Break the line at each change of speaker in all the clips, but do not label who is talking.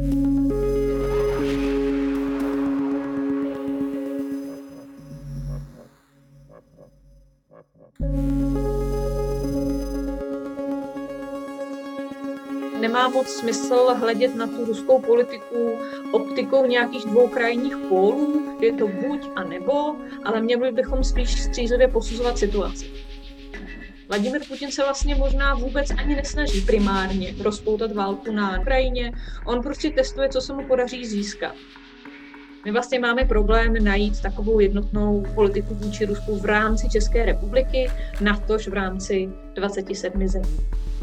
Nemá moc smysl hledět na tu ruskou politiku optikou nějakých dvou krajních pólů, je to buď a nebo, ale měli bychom spíš střízlivě posuzovat situaci. Vladimir Putin se vlastně možná vůbec ani nesnaží primárně rozpoutat válku na Ukrajině, on prostě testuje, co se mu podaří získat. My vlastně máme problém najít takovou jednotnou politiku vůči Rusku v rámci České republiky, natož v rámci 27 zemí.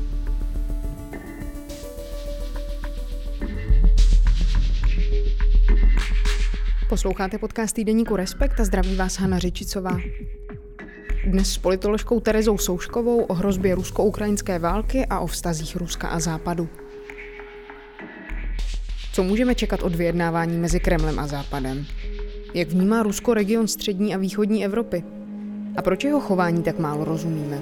Posloucháte podcast týdeníku Respekt a zdraví vás Hana Řičicová. Dnes s politoložkou Terezou Souškovou o hrozbě rusko-ukrajinské války a o vztazích Ruska a Západu. Co můžeme čekat od vyjednávání mezi Kremlem a Západem? Jak vnímá Rusko region střední a východní Evropy? A proč jeho chování tak málo rozumíme?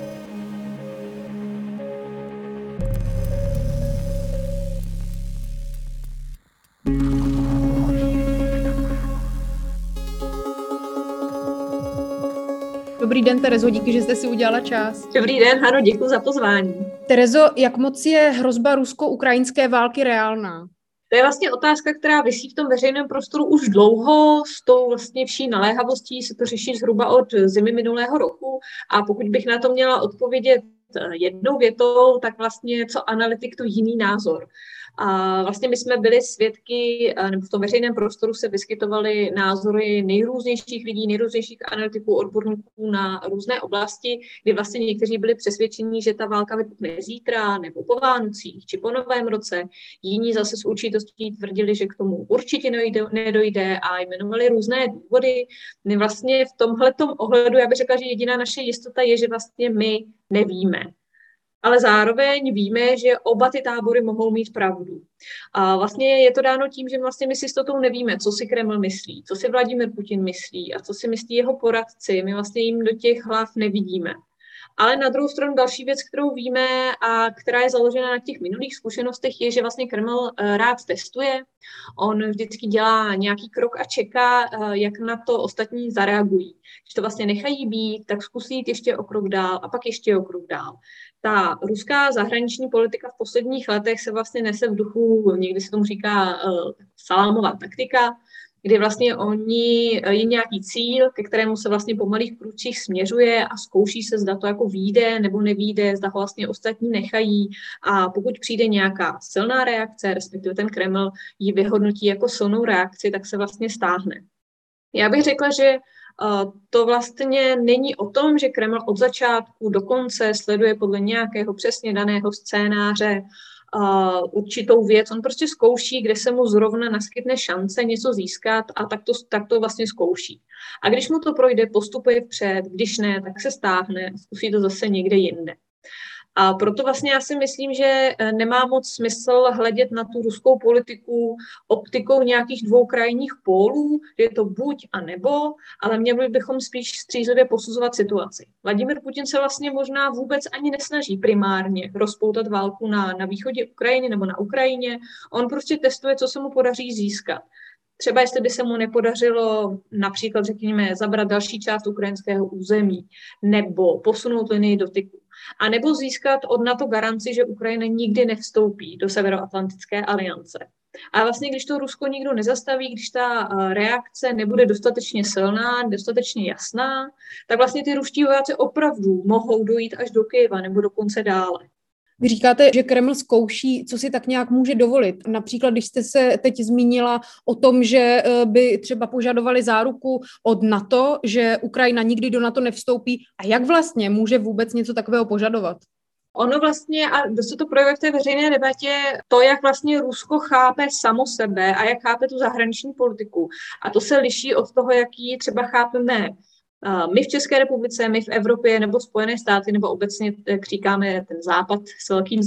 Dobrý den, Terezo, díky, že jste si udělala čas.
Dobrý den, Hano, děkuji za pozvání.
Terezo, jak moc je hrozba rusko-ukrajinské války reálná?
To je vlastně otázka, která visí v tom veřejném prostoru už dlouho, s tou vlastně vší naléhavostí se to řeší zhruba od zimy minulého roku a pokud bych na to měla odpovědět jednou větou, tak vlastně co analytik, to jiný názor. A vlastně my jsme byli svědky, nebo v tom veřejném prostoru se vyskytovaly názory nejrůznějších lidí, nejrůznějších analytiků, odborníků na různé oblasti, kdy vlastně někteří byli přesvědčeni, že ta válka vypukne zítra, nebo po Vánocích, či po Novém roce. Jiní zase s určitostí tvrdili, že k tomu určitě nedojde a jmenovali různé důvody. My vlastně v tomhletom ohledu, já bych řekla, že jediná naše jistota je, že vlastně my nevíme. Ale zároveň víme, že oba ty tábory mohou mít pravdu. A vlastně je to dáno tím, že vlastně my si s jistotou nevíme, co si Kreml myslí, co si Vladimir Putin myslí a co si myslí jeho poradci. My vlastně jim do těch hlav nevidíme. Ale na druhou stranu další věc, kterou víme a která je založena na těch minulých zkušenostech, je, že vlastně Kreml rád testuje. On vždycky dělá nějaký krok a čeká, jak na to ostatní zareagují. Když to vlastně nechají být, tak zkusí jít ještě o krok dál a pak ještě o krok dál. Ta ruská zahraniční politika v posledních letech se vlastně nese v duchu, někdy se tomu říká salámová taktika, kdy vlastně je nějaký cíl, ke kterému se vlastně po malých krůčcích směřuje a zkouší se, zda to jako vyjde nebo nevyjde, zda ho vlastně ostatní nechají a pokud přijde nějaká silná reakce, respektive ten Kreml ji vyhodnotí jako silnou reakci, tak se vlastně stáhne. Já bych řekla, že to vlastně není o tom, že Kreml od začátku do konce sleduje podle nějakého přesně daného scénáře určitou věc. On prostě zkouší, kde se mu zrovna naskytne šance něco získat a tak to vlastně zkouší. A když mu to projde, postupuje vpřed, když ne, tak se stáhne a zkusí to zase někde jinde. A proto vlastně já si myslím, že nemá moc smysl hledět na tu ruskou politiku optikou nějakých dvou krajních pólů, že je to buď a nebo, ale měli bychom spíš střízlivě posuzovat situaci. Vladimir Putin se vlastně možná vůbec ani nesnaží primárně rozpoutat válku na východě Ukrajiny nebo na Ukrajině. On prostě testuje, co se mu podaří získat. Třeba jestli by se mu nepodařilo například, řekněme, zabrat další část ukrajinského území nebo posunout linii dotyku. A nebo získat od NATO garanci, že Ukrajina nikdy nevstoupí do Severoatlantické aliance. A vlastně, když to Rusko nikdo nezastaví, když ta reakce nebude dostatečně silná, dostatečně jasná, tak vlastně ty ruští vojáci opravdu mohou dojít až do Kyjeva nebo dokonce dále.
Vy říkáte, že Kreml zkouší, co si tak nějak může dovolit. Například, když jste se teď zmínila o tom, že by třeba požadovali záruku od NATO, že Ukrajina nikdy do NATO nevstoupí. A jak vlastně může vůbec něco takového požadovat?
Ono vlastně, a dost se to projevuje v té veřejné debatě, to, jak vlastně Rusko chápe samo sebe a jak chápe tu zahraniční politiku. A to se liší od toho, jak ji třeba chápeme my v České republice, my v Evropě nebo Spojené státy, nebo obecně, jak říkáme, ten západ s velkým Z,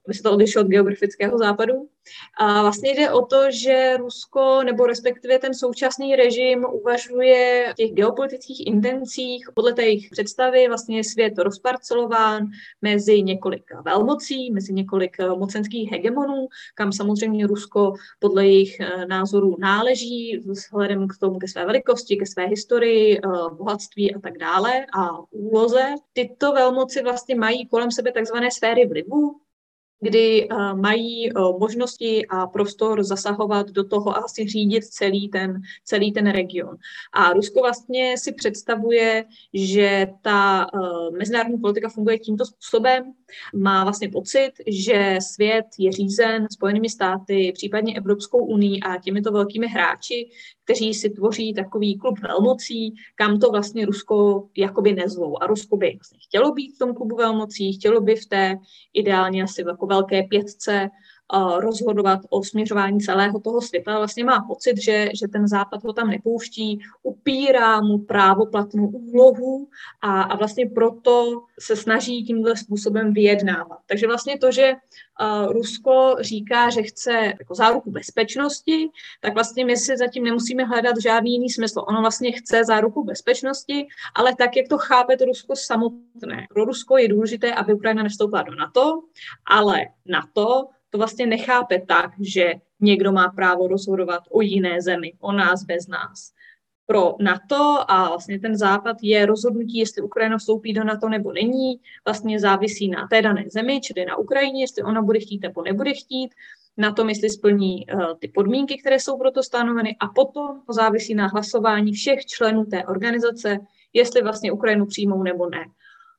aby se to odlišilo od geografického západu. A vlastně jde o to, že Rusko, nebo respektive ten současný režim uvažuje v těch geopolitických intencích, podle té jejich představy vlastně je svět rozparcelován mezi několik velmocí, mezi několik mocenských hegemonů, kam samozřejmě Rusko podle jejich názorů náleží vzhledem k tomu, ke své velikosti, ke své historii, bohatství a tak dále a úloze. Tyto velmoci vlastně mají kolem sebe takzvané sféry vlivu, kdy mají možnosti a prostor zasahovat do toho a vlastně řídit celý ten region. A Rusko vlastně si představuje, že ta mezinárodní politika funguje tímto způsobem. Má vlastně pocit, že svět je řízen Spojenými státy, případně Evropskou unii a těmito velkými hráči, kteří si tvoří takový klub velmocí, kam to vlastně Rusko jakoby nezvou. A Rusko by vlastně chtělo být v tom klubu velmocí, chtělo by v té ideálně asi jako velké pětce rozhodovat o směřování celého toho světa. Vlastně má pocit, že ten Západ ho tam nepouští, upírá mu právoplatnou úlohu a vlastně proto se snaží tímhle způsobem vyjednávat. Takže vlastně to, že Rusko říká, že chce jako záruku bezpečnosti, tak vlastně my si zatím nemusíme hledat žádný jiný smysl. Ono vlastně chce záruku bezpečnosti, ale tak, jak to chápe to Rusko samotné. Pro Rusko je důležité, aby Ukrajina nevstoupila do NATO, ale NATO to vlastně nechápe tak, že někdo má právo rozhodovat o jiné zemi, o nás bez nás. Pro NATO a vlastně ten Západ je rozhodnutí, jestli Ukrajina vstoupí do NATO nebo není, vlastně závisí na té dané zemi, čili na Ukrajině, jestli ona bude chtít nebo nebude chtít, na tom, jestli splní ty podmínky, které jsou proto stanoveny a potom to závisí na hlasování všech členů té organizace, jestli vlastně Ukrajinu přijmou nebo ne.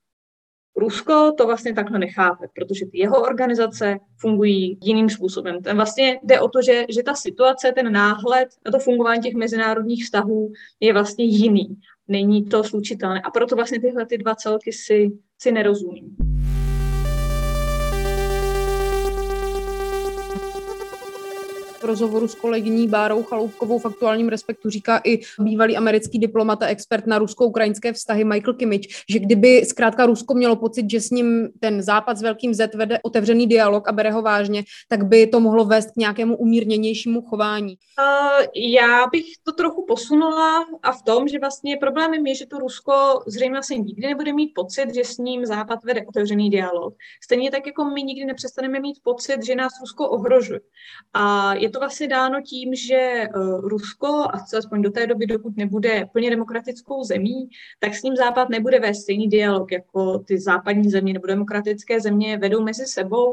Rusko to vlastně takhle nechápe, protože ty jeho organizace fungují jiným způsobem. Ten vlastně jde o to, že ta situace, ten náhled na to fungování těch mezinárodních vztahů je vlastně jiný. Není to slučitelné. A proto vlastně tyhle ty dva celky si nerozumí.
V rozhovoru s kolegyní Bárou Chaloupkovou v Aktuálním Respektu říká i bývalý americký diplomat a expert na rusko-ukrajinské vztahy Michael Kimmich, že kdyby zkrátka Rusko mělo pocit, že s ním ten Západ s velkým Z vede otevřený dialog a bere ho vážně, tak by to mohlo vést k nějakému umírněnějšímu chování.
Já bych to trochu posunula a v tom, že vlastně problémem je, že to Rusko zřejmě asi nikdy nebude mít pocit, že s ním Západ vede otevřený dialog. Stejně tak, jako my nikdy nepřestaneme mít pocit, že nás Rusko ohrožuje. A je to vlastně dáno tím, že Rusko, a aspoň do té doby, dokud nebude plně demokratickou zemí, tak s ním Západ nebude vést stejný dialog, jako ty západní země nebo demokratické země vedou mezi sebou.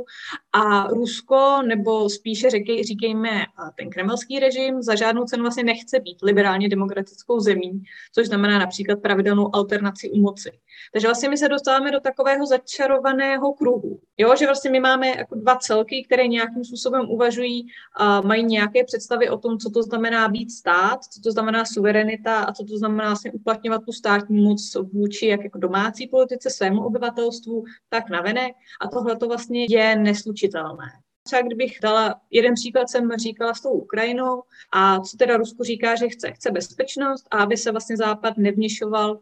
A Rusko, nebo spíše říkejme ten kremelský režim, za žádnou cenu vlastně nechce být liberálně demokratickou zemí, což znamená například pravidelnou alternaci u moci. Takže vlastně my se dostáváme do takového začarovaného kruhu. Jo, že vlastně my máme jako dva celky, které nějakým způsobem uvažují, mají nějaké představy o tom, co to znamená být stát, co to znamená suverenita a co to znamená vlastně uplatňovat tu státní moc vůči jak jako domácí politice, svému obyvatelstvu, tak navenek. A tohle to vlastně je neslučitelné. Třeba kdybych dala jeden příklad, jsem říkala s tou Ukrajinou a co teda Rusko říká, že chce bezpečnost a aby se vlastně Západ nevměšoval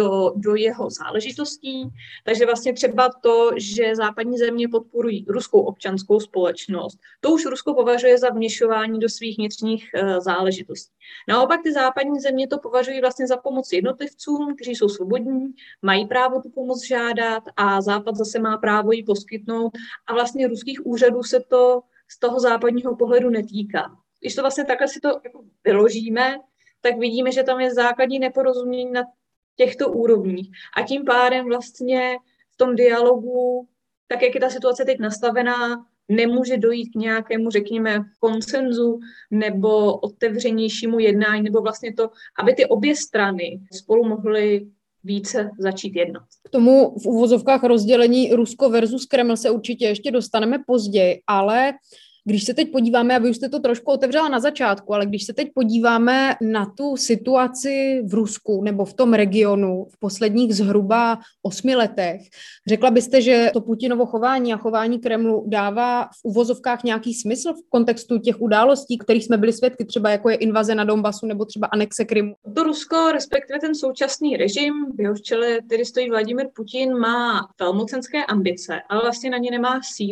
do jeho záležitostí. Takže vlastně třeba to, že západní země podporují ruskou občanskou společnost, to už Rusko považuje za vměšování do svých vnitřních záležitostí. Naopak ty západní země to považují vlastně za pomoc jednotlivcům, kteří jsou svobodní, mají právo tu pomoc žádat a Západ zase má právo ji poskytnout a vlastně ruských úřadů se to z toho západního pohledu netýká. Když to vlastně takhle si to jako vyložíme, tak vidíme, že tam je základní neporozumění na těchto úrovních. A tím pádem vlastně v tom dialogu, tak jak je ta situace teď nastavená, nemůže dojít k nějakému, řekněme, konsenzu nebo otevřenějšímu jednání, nebo vlastně to, aby ty obě strany spolu mohly více začít jednat.
K tomu v uvozovkách rozdělení Rusko versus Kreml se určitě ještě dostaneme později, ale když se teď podíváme, a vy už jste to trošku otevřela na začátku, ale když se teď podíváme na tu situaci v Rusku nebo v tom regionu v posledních zhruba 8 letech, řekla byste, že to Putinovo chování a chování Kremlu dává v uvozovkách nějaký smysl v kontextu těch událostí, kterých jsme byli svědky, třeba jako je invaze na Donbasu nebo třeba anexe Krymu?
To Rusko, respektive ten současný režim, v jehož čele tedy stojí Vladimir Putin, má velmocenské ambice, ale vlastně na ně nemá sílu.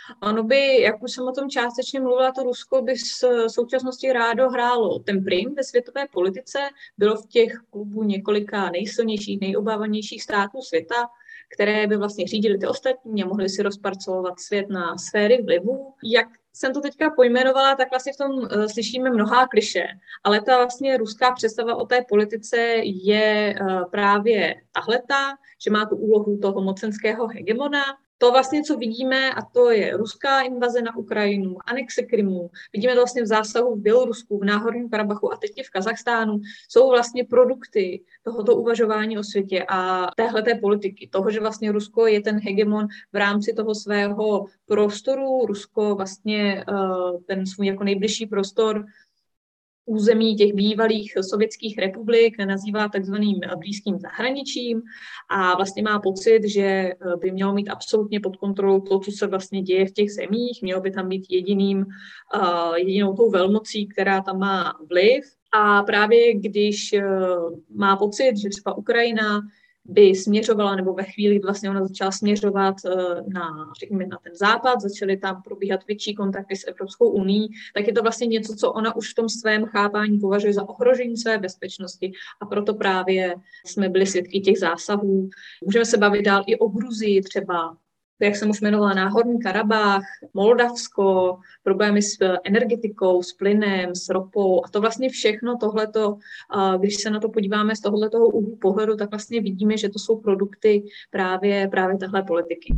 Ono by, jak už jsem o tom částečně mluvila, to Rusko by v současnosti rádo hrálo ten prim ve světové politice, bylo v těch klubů několika nejsilnějších, nejobávanějších států světa, které by vlastně řídily ty ostatní a mohly si rozparcelovat svět na sféry vlivu. Jak jsem to teďka pojmenovala, tak vlastně v tom slyšíme mnohá klišé, ale ta vlastně ruská představa o té politice je právě tahleta, že má tu úlohu toho mocenského hegemona. To vlastně, co vidíme, a to je ruská invaze na Ukrajinu, anexe Krymu, vidíme to vlastně v zásahu v Bělorusku, v Náhorním Karabachu a teď v Kazachstánu, jsou vlastně produkty tohoto uvažování o světě a téhleté politiky. Toho, že vlastně Rusko je ten hegemon v rámci toho svého prostoru, Rusko vlastně ten svůj jako nejbližší prostor území těch bývalých sovětských republik nazývá takzvaným blízkým zahraničím a vlastně má pocit, že by mělo mít absolutně pod kontrolou to, co se vlastně děje v těch zemích, mělo by tam být jedinou tou velmocí, která tam má vliv. A právě když má pocit, že třeba Ukrajina by směřovala, nebo ve chvíli vlastně ona začala směřovat řekněme, na ten západ, začaly tam probíhat větší kontakty s Evropskou unií, tak je to vlastně něco, co ona už v tom svém chápání považuje za ohrožení své bezpečnosti a proto právě jsme byli svědky těch zásahů. Můžeme se bavit dál i o Gruzii třeba, jak jsem už jmenovala, Náhorní Karabách, Moldavsko, problémy s energetikou, s plynem, s ropou a to vlastně všechno tohleto, když se na to podíváme z tohoto úhlu pohledu, tak vlastně vidíme, že to jsou produkty právě téhle politiky.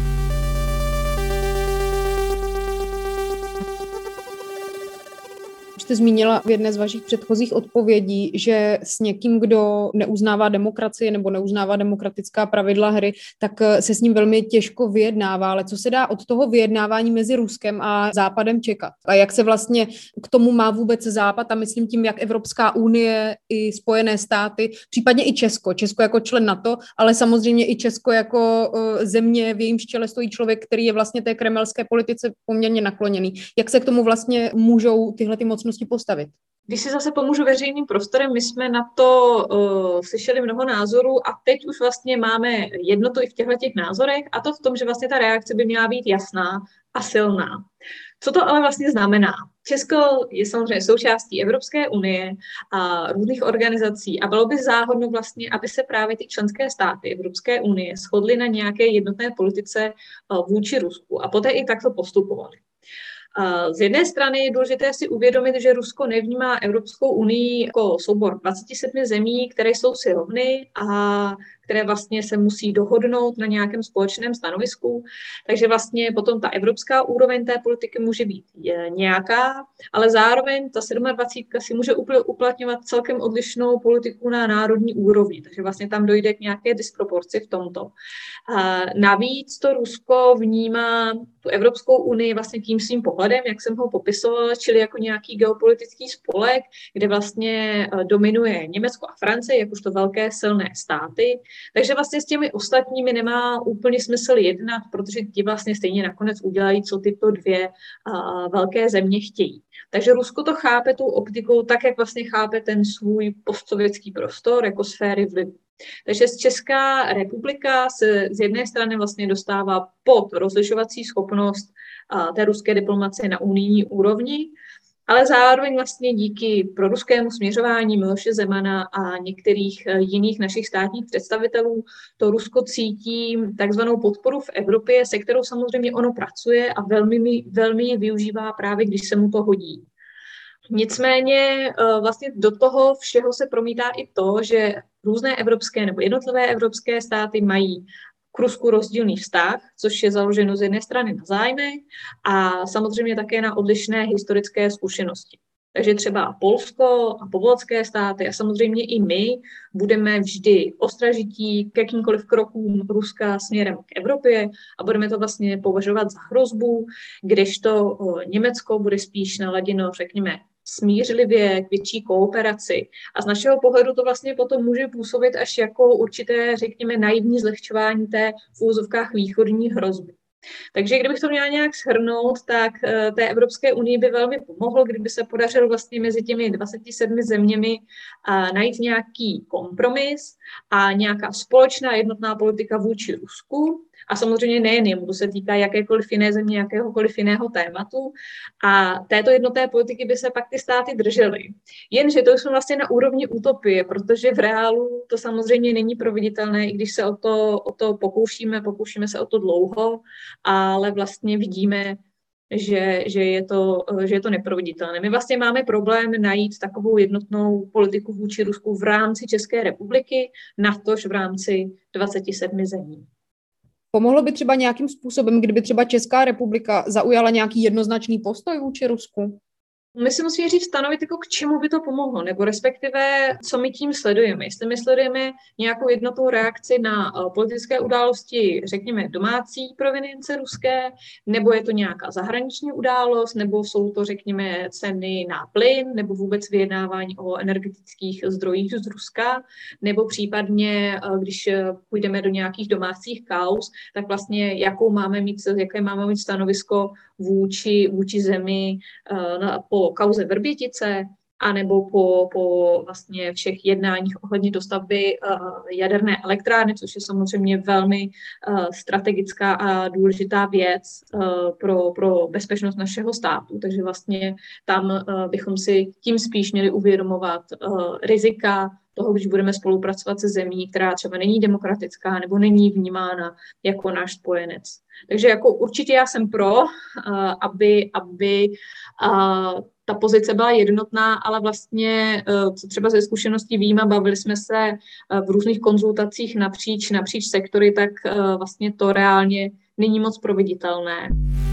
Jste zmínila v jedné z vašich předchozích odpovědí, že s někým, kdo neuznává demokracii nebo neuznává demokratická pravidla hry, tak se s ním velmi těžko vyjednává. Ale co se dá od toho vyjednávání mezi Ruskem a Západem čekat? A jak se vlastně k tomu má vůbec Západ, a myslím tím, jak Evropská unie i Spojené státy, případně i Česko jako člen NATO, ale samozřejmě i Česko jako země, v jejímž čele stojí člověk, který je vlastně té kremelské politice poměrně nakloněný. Jak se k tomu vlastně můžou tyhle ty mocnosti postavit?
Když si zase pomůžu veřejným prostorem, my jsme na to slyšeli mnoho názorů a teď už vlastně máme jednotu i v těchto názorech a to v tom, že vlastně ta reakce by měla být jasná a silná. Co to ale vlastně znamená? Česko je samozřejmě součástí Evropské unie a různých organizací a bylo by záhodno vlastně, aby se právě ty členské státy Evropské unie shodly na nějaké jednotné politice vůči Rusku a poté i takto postupovaly. Z jedné strany je důležité si uvědomit, že Rusko nevnímá Evropskou unii jako soubor 27 zemí, které jsou si rovny a které vlastně se musí dohodnout na nějakém společném stanovisku. Takže vlastně potom ta evropská úroveň té politiky může být nějaká, ale zároveň ta 27 si může uplatňovat celkem odlišnou politiku na národní úrovni. Takže vlastně tam dojde k nějaké disproporci v tomto. Navíc to Rusko vnímá tu Evropskou unii vlastně tím svým pohledem, jak jsem ho popisovala, čili jako nějaký geopolitický spolek, kde vlastně dominuje Německo a Francie, jakožto velké silné státy. Takže vlastně s těmi ostatními nemá úplně smysl jednat, protože ti vlastně stejně nakonec udělají, co tyto dvě velké země chtějí. Takže Rusko to chápe tou optikou tak, jak vlastně chápe ten svůj postsovětský prostor jako sféry vlivu. Takže Česká republika se z jedné strany vlastně dostává pod rozlišovací schopnost té ruské diplomacie na unijní úrovni, ale zároveň vlastně díky proruskému směřování Miloše Zemana a některých jiných našich státních představitelů to Rusko cítí takzvanou podporu v Evropě, se kterou samozřejmě ono pracuje a velmi ji využívá právě, když se mu to hodí. Nicméně vlastně do toho všeho se promítá i to, že různé evropské nebo jednotlivé evropské státy mají k Rusku rozdílný vztah, což je založeno z jedné strany na zájmech a samozřejmě také na odlišné historické zkušenosti. Takže třeba Polsko a pobaltské státy a samozřejmě i my budeme vždy ostražití k jakýmkoliv krokům Ruska směrem k Evropě a budeme to vlastně považovat za hrozbu, kdežto Německo bude spíš naladěno, řekněme, smířlivě k větší kooperaci. A z našeho pohledu to vlastně potom může působit až jako určité, řekněme, naivní zlehčování té v úzovkách východní hrozby. Takže kdybych to měla nějak shrnout, tak té Evropské unii by velmi pomohlo, kdyby se podařilo vlastně mezi těmi 27 zeměmi najít nějaký kompromis a nějaká společná jednotná politika vůči Rusku. A samozřejmě nejen jemu, to se týká jakékoliv jiné země, jakéhokoliv jiného tématu. A této jednotné politiky by se pak ty státy držely. Jenže to jsou vlastně na úrovni utopie, protože v reálu to samozřejmě není proveditelné, i když se o to pokoušíme se o to dlouho, ale vlastně vidíme, že je to neproveditelné. My vlastně máme problém najít takovou jednotnou politiku vůči Rusku v rámci České republiky, natož v rámci 27 zemí.
Pomohlo by třeba nějakým způsobem, kdyby třeba Česká republika zaujala nějaký jednoznačný postoj vůči Rusku?
My si musíme říct stanovit, jako k čemu by to pomohlo, nebo respektive, co my tím sledujeme. Jestli my sledujeme nějakou jednotnou reakci na politické události, řekněme, domácí provenience ruské, nebo je to nějaká zahraniční událost, nebo jsou to, řekněme, ceny na plyn, nebo vůbec vyjednávání o energetických zdrojích z Ruska, nebo případně, když půjdeme do nějakých domácích kauz, tak vlastně jaké máme mít stanovisko vůči zemi po kauze Vrbětice, anebo po vlastně všech jednáních ohledně dostavby jaderné elektrárny, což je samozřejmě velmi strategická a důležitá věc pro bezpečnost našeho státu. Takže vlastně tam bychom si tím spíš měli uvědomovat rizika toho, když budeme spolupracovat se zemí, která třeba není demokratická nebo není vnímána jako náš spojenec. Takže jako určitě já jsem pro, aby ta pozice byla jednotná, ale vlastně, co třeba ze zkušeností vím a bavili jsme se v různých konzultacích napříč sektory, tak vlastně to reálně není moc proveditelné.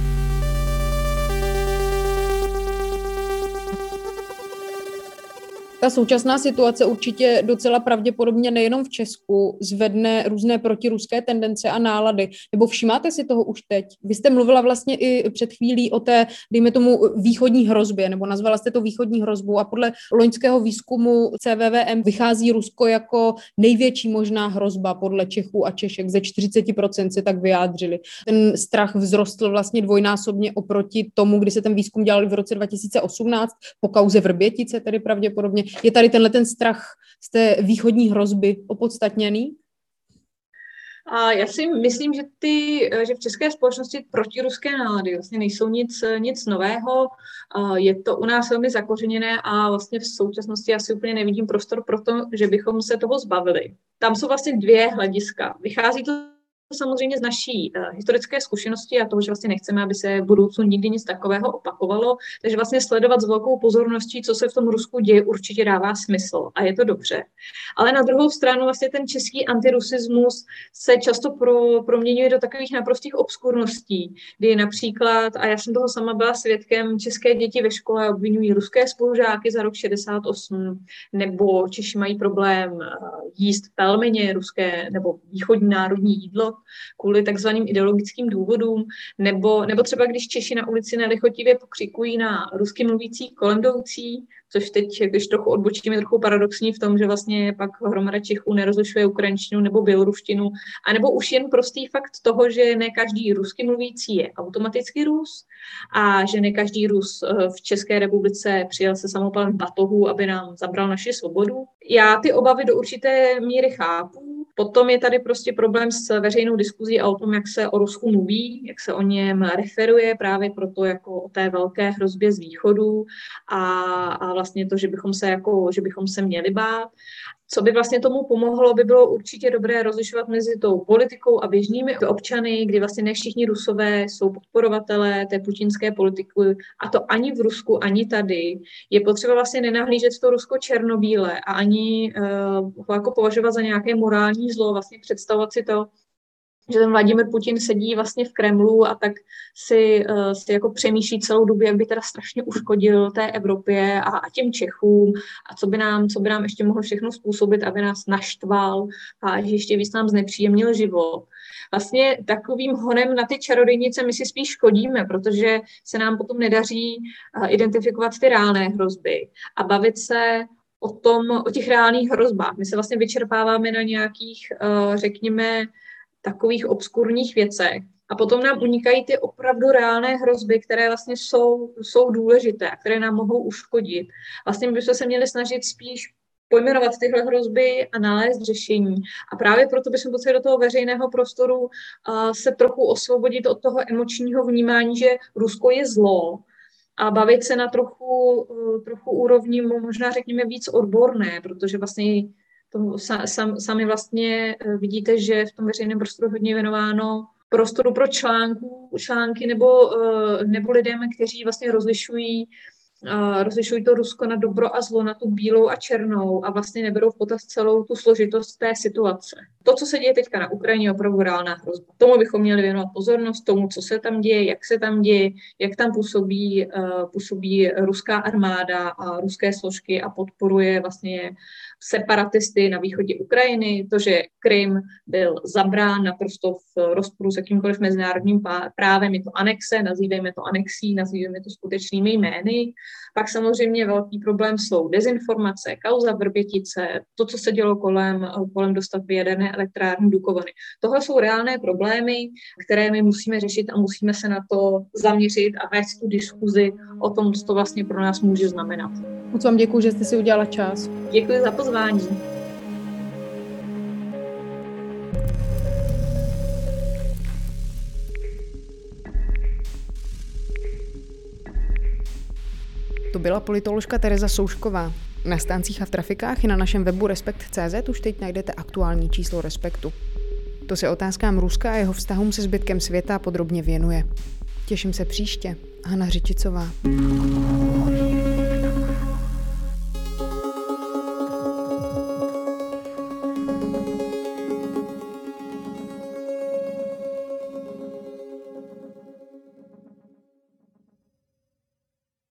Ta současná situace určitě docela pravděpodobně nejenom v Česku zvedne různé protiruské tendence a nálady. Nebo všímáte si toho už teď? Vy jste mluvila vlastně i před chvílí o té, dejme tomu, východní hrozbě, nebo nazvala jste to východní hrozbou a podle loňského výzkumu CVVM vychází Rusko jako největší možná hrozba podle Čechů a Češek. Ze 40% se tak vyjádřili. Ten strach vzrostl vlastně dvojnásobně oproti tomu, kdy se ten výzkum dělal v roce 2018 po kauze Vrbětice, tedy pravděpodobně. Je tady ten strach z té východní hrozby opodstatněný?
A já si myslím, že v české společnosti protiruské nálady vlastně nejsou nic nového. Je to u nás velmi zakořeněné a vlastně v současnosti asi úplně nevidím prostor pro to, že bychom se toho zbavili. Tam jsou vlastně dvě hlediska. Vychází to samozřejmě z naší historické zkušenosti a toho, že vlastně nechceme, aby se v budoucnu nikdy nic takového opakovalo. Takže vlastně sledovat s velkou pozorností, co se v tom Rusku děje, určitě dává smysl a je to dobře. Ale na druhou stranu vlastně ten český antirusismus se často proměňuje do takových naprostých obskurností, kdy například, a já jsem toho sama byla svědkem, české děti ve škole obvinují ruské spolužáky za rok 68, nebo Češi mají problém jíst pelmeně ruské nebo východní národní jídlo kvůli takzvaným ideologickým důvodům, nebo třeba když Češi na ulici nelichotivě pokřikují na rusky mluvící kolem jdoucí, což teď, když trochu odbočím, je trochu paradoxní v tom, že vlastně pak hromada Čechů nerozlišuje ukrajinštinu nebo běloruštinu, anebo už jen prostý fakt toho, že ne každý rusky mluvící je automaticky Rus a že ne každý Rus v České republice přijel se samopalem v batohu, aby nám zabral naši svobodu. Já ty obavy do určité míry chápu. Potom je tady prostě problém s veřejnou diskuzí a o tom, jak se o Rusku mluví, jak se o něm referuje, právě proto jako o té velké hrozbě z východu a vlastně to, že bychom se měli bát. Co by vlastně tomu pomohlo, by bylo určitě dobré rozlišovat mezi tou politikou a běžnými občany, kdy vlastně ne všichni Rusové jsou podporovatelé té putinské politiky, a to ani v Rusku, ani tady. Je potřeba vlastně nenahlížet to Rusko černobíle a ani ho jako považovat za nějaké morální zlo, vlastně představovat si to, že ten Vladimir Putin sedí vlastně v Kremlu a tak si jako přemýšlí celou dobu, jak by teda strašně uškodil té Evropě a těm Čechům a co by nám ještě mohlo všechno způsobit, aby nás naštval a že ještě víc nám znepříjemnil život. Vlastně takovým honem na ty čarodějnice my si spíš škodíme, protože se nám potom nedaří identifikovat ty reálné hrozby a bavit se o těch reálných hrozbách. My se vlastně vyčerpáváme na nějakých, řekněme, takových obskurních věcech. A potom nám unikají ty opravdu reálné hrozby, které vlastně jsou důležité, které nám mohou uškodit. Vlastně my bychom se měli snažit spíš pojmenovat tyhle hrozby a nalézt řešení. A právě proto bychom potřebovali do toho veřejného prostoru se trochu osvobodit od toho emočního vnímání, že Rusko je zlo, a bavit se na trochu úrovni, možná řekněme víc odborné, protože vlastně sami vlastně vidíte, že v tom veřejném prostoru hodně věnováno prostoru pro články nebo lidem, kteří vlastně rozlišují to Rusko na dobro a zlo, na tu bílou a černou a vlastně neberou v potaz celou tu složitost té situace. To, co se děje teďka na Ukrajině, je opravdu reálná hrozba. Tomu bychom měli věnovat pozornost, tomu, co se tam děje, jak se tam děje, jak tam působí ruská armáda a ruské složky a podporuje vlastně separatisty na východě Ukrajiny. To, že Krym byl zabrán naprosto v rozporu s jakýmkoliv mezinárodním právem, je to anexe, nazývejme to anexí, nazývejme to skutečnými jmény. Pak samozřejmě velký problém jsou dezinformace, kauza Vrbětice, to, co se dělo kolem dostavby jaderné elektrárny Dukovany. Tohle jsou reálné problémy, které my musíme řešit a musíme se na to zaměřit a vést tu diskuzi o tom, co to vlastně pro nás může znamenat.
Moc vám děkuji, že jste si udělala čas.
Děkuji za pozvání.
To byla politoložka Tereza Soušková. Na stáncích a v trafikách i na našem webu Respekt.cz už teď najdete aktuální číslo Respektu. To se otázkám Ruska a jeho vztahům se zbytkem světa podrobně věnuje. Těším se příště. Hana Řičicová.